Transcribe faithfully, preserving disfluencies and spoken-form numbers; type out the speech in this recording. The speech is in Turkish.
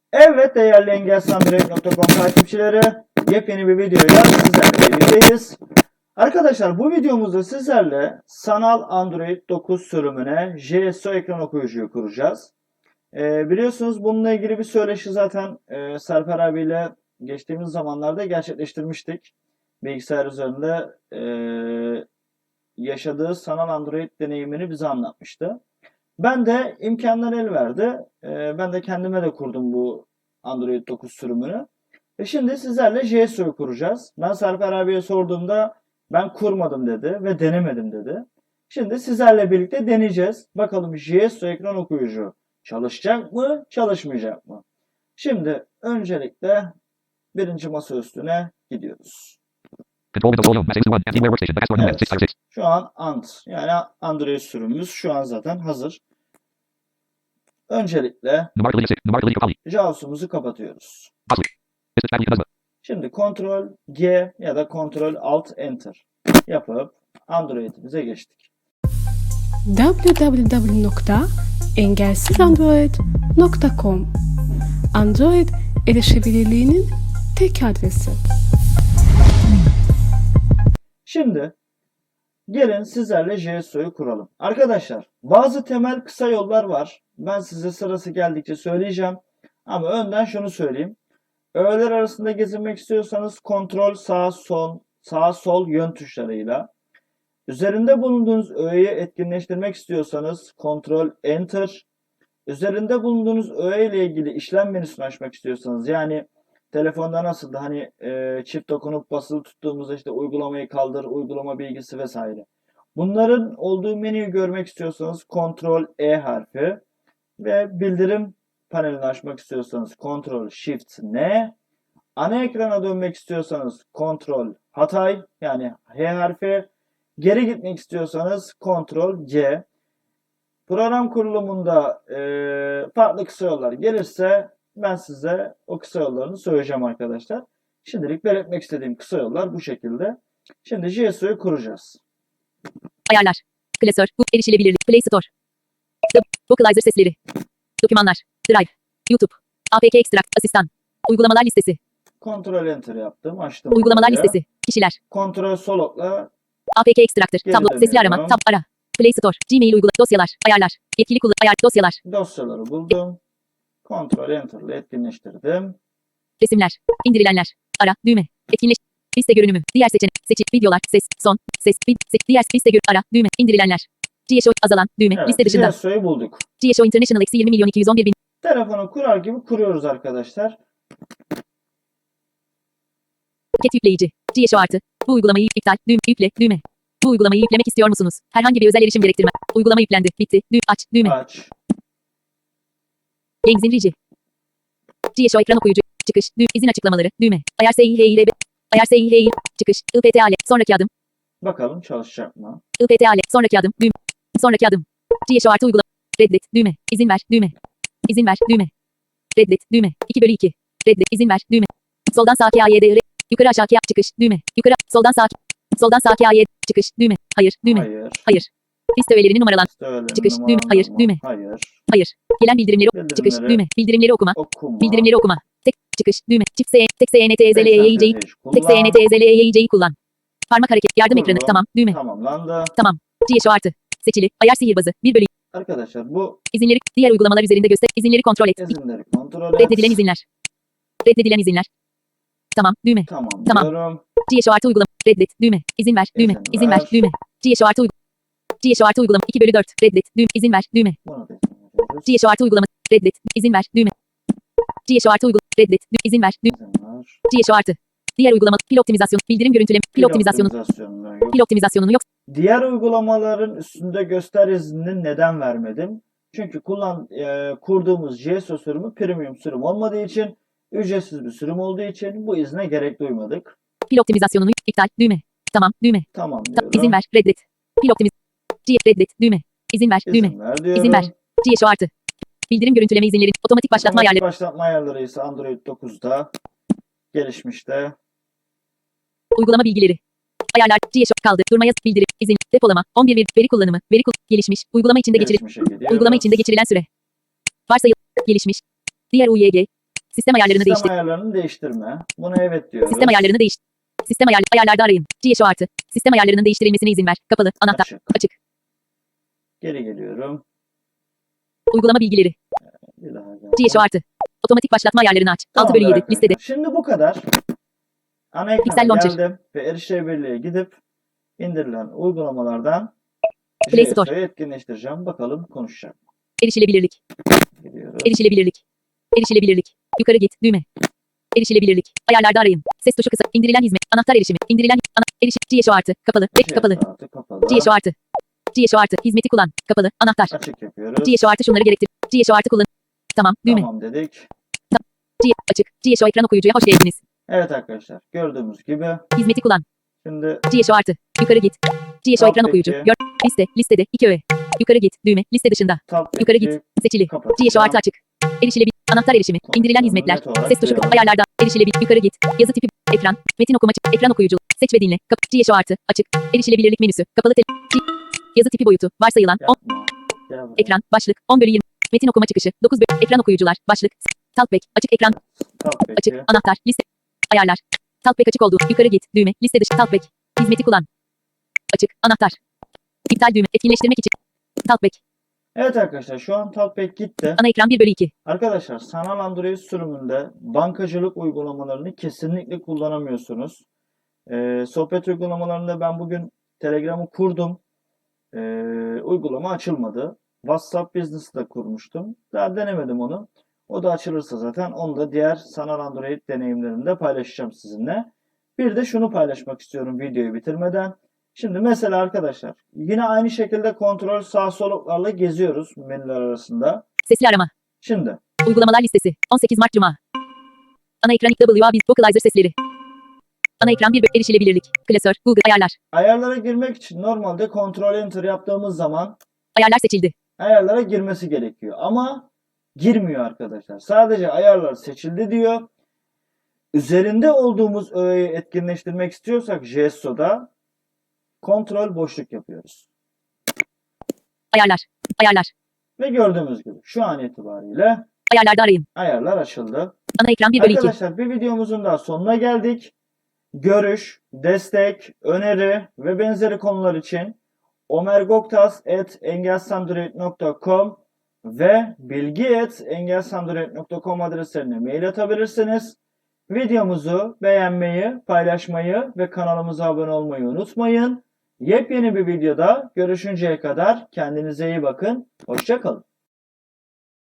Evet değerli engelsiz android nokta com takipçileri, yepyeni bir videoyla sizlerle birlikteyiz. Arkadaşlar bu videomuzda sizlerle sanal Android dokuz sürümüne J S O ekran okuyucuyu kuracağız. Ee, biliyorsunuz bununla ilgili bir söyleşi zaten e, Serper abiyle geçtiğimiz zamanlarda gerçekleştirmiştik. Bilgisayar üzerinde e, yaşadığı sanal Android deneyimini bize anlatmıştı. Ben de imkanlar el verdi. Ee, ben de kendime de kurdum bu Android dokuz sürümünü. Ve şimdi sizlerle J S O'yu kuracağız. Ben Serper abiye sorduğumda ben kurmadım dedi ve denemedim dedi. Şimdi sizlerle birlikte deneyeceğiz. Bakalım J S O ekran okuyucu çalışacak mı, çalışmayacak mı? Şimdi öncelikle birinci masa üstüne gidiyoruz. Evet. Şu an Ant yani Android sürümümüz şu an zaten hazır. Öncelikle JAWS'umuzu kapatıyoruz. Şimdi Ctrl G ya da Ctrl Alt Enter yapıp Android'imize geçtik. w w w nokta engelsizandroid nokta com Android erişebilirliğinin tek adresi. Şimdi gelin sizlerle J S O'yu kuralım. Arkadaşlar bazı temel kısa yollar var. Ben size sırası geldikçe söyleyeceğim. Ama önden şunu söyleyeyim. Öğeler arasında gezinmek istiyorsanız kontrol sağ sol sağ sol yön tuşlarıyla. Üzerinde bulunduğunuz öğeyi etkinleştirmek istiyorsanız kontrol enter. Üzerinde bulunduğunuz öğe ile ilgili işlem menüsünü açmak istiyorsanız yani telefonda nasıl da hani e, çift dokunup basılı tuttuğumuzda işte uygulamayı kaldır, uygulama bilgisi vesaire. Bunların olduğu menüyü görmek istiyorsanız kontrol E harfi ve bildirim panelini açmak istiyorsanız kontrol shift N. Ana ekrana dönmek istiyorsanız kontrol Hatay yani H harfi. Geri gitmek istiyorsanız kontrol G. Program kurulumunda e, farklı kısa yollar gelirse ben size o kısa yollarını söyleyeceğim arkadaşlar. Şimdilik belirtmek istediğim kısa yollar bu şekilde. Şimdi J S O'yu kuracağız. Ayarlar. Klasör. Bu erişilebilirlik. Play Store. The Vocalizer sesleri. Dokümanlar. Drive. YouTube. A P K Extract. Asistan. Uygulamalar listesi. Kontrol Enter yaptım. Açtım. Uygulamalar buraya. listesi. Kişiler. Kontrol Sol okla. A P K Extractor. Geri Tablo. Sesli dönüyorum. arama. Tab. Ara. Play Store. Gmail uygula. Dosyalar. Ayarlar. Yetkili kullan. Ayar. Dosyalar. Dosyaları buldum. Kontrol Enter ile etkinleştirdim. Resimler. İndirilenler. Ara. Düğme. Etkinleş. Liste görünümü. Diğer seçenek. Seçil. Videolar. Ses. Son. Ses. Vid. Ses. Diğer liste görünümü. Ara. Düğme. İndirilenler. G S O azalan. Düğme. Evet, Liste dışında. J S O'yu bulduk. G S O International eksi yirmi milyon iki yüz on bir bin. Telefonu kurar gibi kuruyoruz arkadaşlar. Ket yükleyici. G S O artı. Bu uygulamayı iptal. Düğme. Yükle. Düğme. Bu uygulamayı yüklemek istiyor musunuz? Herhangi bir özel erişim gerektirmez. Uygulama yüklendi. Bitti. Düğme. Aç. Düğme. Aç. Link zincirici. G S O ekran okuyucu. Çıkış. Düğme. İzin açıklamaları. Düğme. Ayar S I H I R B. Ayar S I H I. Çıkış. I P T A L. Sonraki adım. Bakalım çalışacak mı? I P T A L. Sonraki adım. Düğme. Sonraki adım. G S O artı uygulama. Reddet. Düğme. İzin ver. Düğme. İzin ver. Düğme. Reddet. Düğme. iki bölü iki. Reddet. İzin ver. Düğme. Soldan sağ K Y D R. Yukarı aşağı K. Çıkış. Düğme. Yukarı. Soldan sağ. Soldan sağ K Y. Çıkış. Düğme. Hayır. Düğme. Hayır. Hayır. Liste öğelerini numaralan. Söyledim, Çıkış. numara Düğme. Hayır. numara. Düğme. Hayır. Hayır. Gelen bildirimleri. Çıkış. Bildirimleri Düğme. Bildirimleri okuma. Okuma. Bildirimleri okuma. Tek. Çıkış. Düğme. Çift S. Tek S N T Z L E Y C'yi. Tek S N T Z L E Y C'yi kullan. Parmak hareket. Yardım Kurdum. ekranı. Tamam. Düğme. Tamamlandı. Tamam. G S O artı. Seçili. Ayar sihirbazı. bir bölü. Arkadaşlar bu İzinleri. Diğer uygulamalar üzerinde göster. İzinleri kontrol et. izinleri kontrol et. Reddedilen izinler. Reddedilen izinler. Tamam. Düğme. Tamam, Tamam. diyorum. G S O artı uygulama. Reddet. Düğme. İzin ver. Düğme. İzin İzin ver. ver. Düğme. G S O artı uygulama. G S O artı uygulama. iki bölü dört. Reddet. Düğme. İzin ver. Düğme. Bunu da yapıyoruz. G S O artı uygulama. Reddet. İzin ver. Düğme. G S O artı uygulama. Reddet. Dü- İzin ver. Düğme. İzin ver. G S O artı. Diğer uygulama. Pil optimizasyonu. Bildirim görüntüleme. Pil optimizasyonu. optimizasyonunu yok. Pil optimizasyonunu yok. Diğer uygulamaların üstünde göster iznini neden vermedim? Çünkü kullan e, kurduğumuz J S O sürümü premium sürüm olmadığı için, ücretsiz bir sürüm olduğu için bu izne gerek duymadık. Pil optimizasyonunu iptal. Düğme. Tamam. Düğme. Tamam Ta- diyorum. İzin ver. Reddet. Pil optimiz. G reddet. Düğme. İzin ver. Düğme. İzin ver diyorum. İzin ver. G S O artı. Bildirim görüntüleme izinleri. Otomatik başlatma Otomatik ayarları. başlatma ayarları ise Android dokuzda gelişmişte. Uygulama bilgileri. Ayarlar. G S O kaldı. Durmaya bildirim. İzin. Depolama. on bir veri kullanımı. Veri kul gelişmiş. Uygulama içinde geçirilen. Gelişmişe gidiyoruz. Uygulama içinde geçirilen süre. Varsayıl. Gelişmiş. Diğer U Y G. Sistem ayarlarını Sistem değiştir. ayarlarını değiştirme. Buna evet diyoruz. Sistem ayarlarını değiştir. Sistem ayar ayarlarda arayın. G S O artı. Sistem ayarlarının değiştirilmesine izin ver. Kapalı. Anahtar. Açık. Açık. Geri geliyorum. Uygulama bilgileri. Bir daha geldim. G S O artı. Otomatik başlatma ayarlarını aç. altı bölü Tamamdır yedi arkadaşlar. listede. Şimdi bu kadar. Ana Pixel ekrana Launcher. geldim ve erişilebilirliğe gidip indirilen uygulamalardan Play Store. J S O'yu etkinleştireceğim. Bakalım konuşacak. Erişilebilirlik. Gidiyoruz. Erişilebilirlik. Erişilebilirlik. Yukarı git. Düğme. Erişilebilirlik. Ayarlarda arayın. Ses tuşu kısa. İndirilen hizmet. Anahtar erişimi. İndirilen ana erişim. G S O artı. Kapalı. Ek kapalı. J S O artı kapalı. G S O artı. G S O artı. Hizmeti kullan. Kapalı. Anahtar. Açık yapıyoruz. G S O artı şunları gerektir. G S O artı kullan. Tamam. Düğme. Tamam dedik. G açık. G S O ekran okuyucuya hoş geldiniz. Evet arkadaşlar. Gördüğümüz gibi Hizmeti kullan. şimdi G S O artı. Yukarı git. G S O Tab ekran okuyucu. peki. Gör. Liste. Listede. iki öğe. Yukarı git. Düğme. Liste dışında. tab Yukarı peki, git. Seçili. kapatacağım. G S O artı açık. Erişilebilir. Anahtar erişimi. İndirilen hizmetler. Net olarak Ses tuşu. duyalım. Ayarlarda. Erişilebilir. Yukarı git. Yazı tipi. Ekran. Metin okuma. Ekran okuyucu. Seç ve dinle. Kap G S O artı. Açık. Erişilebilirlik menüsü. Kapalı. Tel G yazı tipi boyutu. Varsayılan. on Yapma. Gel buraya. ekran. Başlık. on bölü yirmi. Metin okuma çıkışı. dokuz bölü. Ekran okuyucular. Başlık. Talkback. Açık ekran. Tab peki. Açık. Anahtar. Liste. Ayarlar. Talkback açık olduğu. Yukarı git. Düğme. Liste dışı. Talkback. Hizmeti kullan. Açık. Anahtar. İptal düğme. Etkinleştirmek için. Talkback. Evet arkadaşlar şu an Talkback gitti. Ana ekran bir bölü iki. Arkadaşlar sanal Android sürümünde bankacılık uygulamalarını kesinlikle kullanamıyorsunuz. Ee, sohbet uygulamalarında ben bugün Telegram'ı kurdum. Ee, uygulama açılmadı. WhatsApp Business'ı da kurmuştum. Daha denemedim onu. O da açılırsa zaten onu da diğer sanal Android deneyimlerimde paylaşacağım sizinle. Bir de şunu paylaşmak istiyorum videoyu bitirmeden. Şimdi mesela arkadaşlar yine aynı şekilde kontrol sağ soluklarla geziyoruz menüler arasında. Sesli arama. Şimdi Uygulamalar listesi. on sekiz Mart Cuma. Ana ekran W A B Vocalizer sesleri. Ana ekran bir bölü erişilebilirlik. Klasör. Google ayarlar. ayarlara girmek için normalde kontrol enter yaptığımız zaman Ayarlar seçildi. ayarlara girmesi gerekiyor. Ama girmiyor arkadaşlar. Sadece ayarlar seçildi diyor. Üzerinde olduğumuz öğeyi etkinleştirmek istiyorsak J S O'da kontrol boşluk yapıyoruz. Ayarlar. Ayarlar. Ve gördüğümüz gibi şu an itibariyle Ayarlarda arayın. ayarlar açıldı. Ana ekran bir bölü iki. Arkadaşlar bir videomuzun daha sonuna geldik. Görüş, destek, öneri ve benzeri konular için omergoktas at engelsandroid nokta com ve bilgi at engelsandroid nokta com adreslerine mail atabilirsiniz. Videomuzu beğenmeyi, paylaşmayı ve kanalımıza abone olmayı unutmayın. Yepyeni bir videoda görüşünceye kadar kendinize iyi bakın. Hoşça kalın.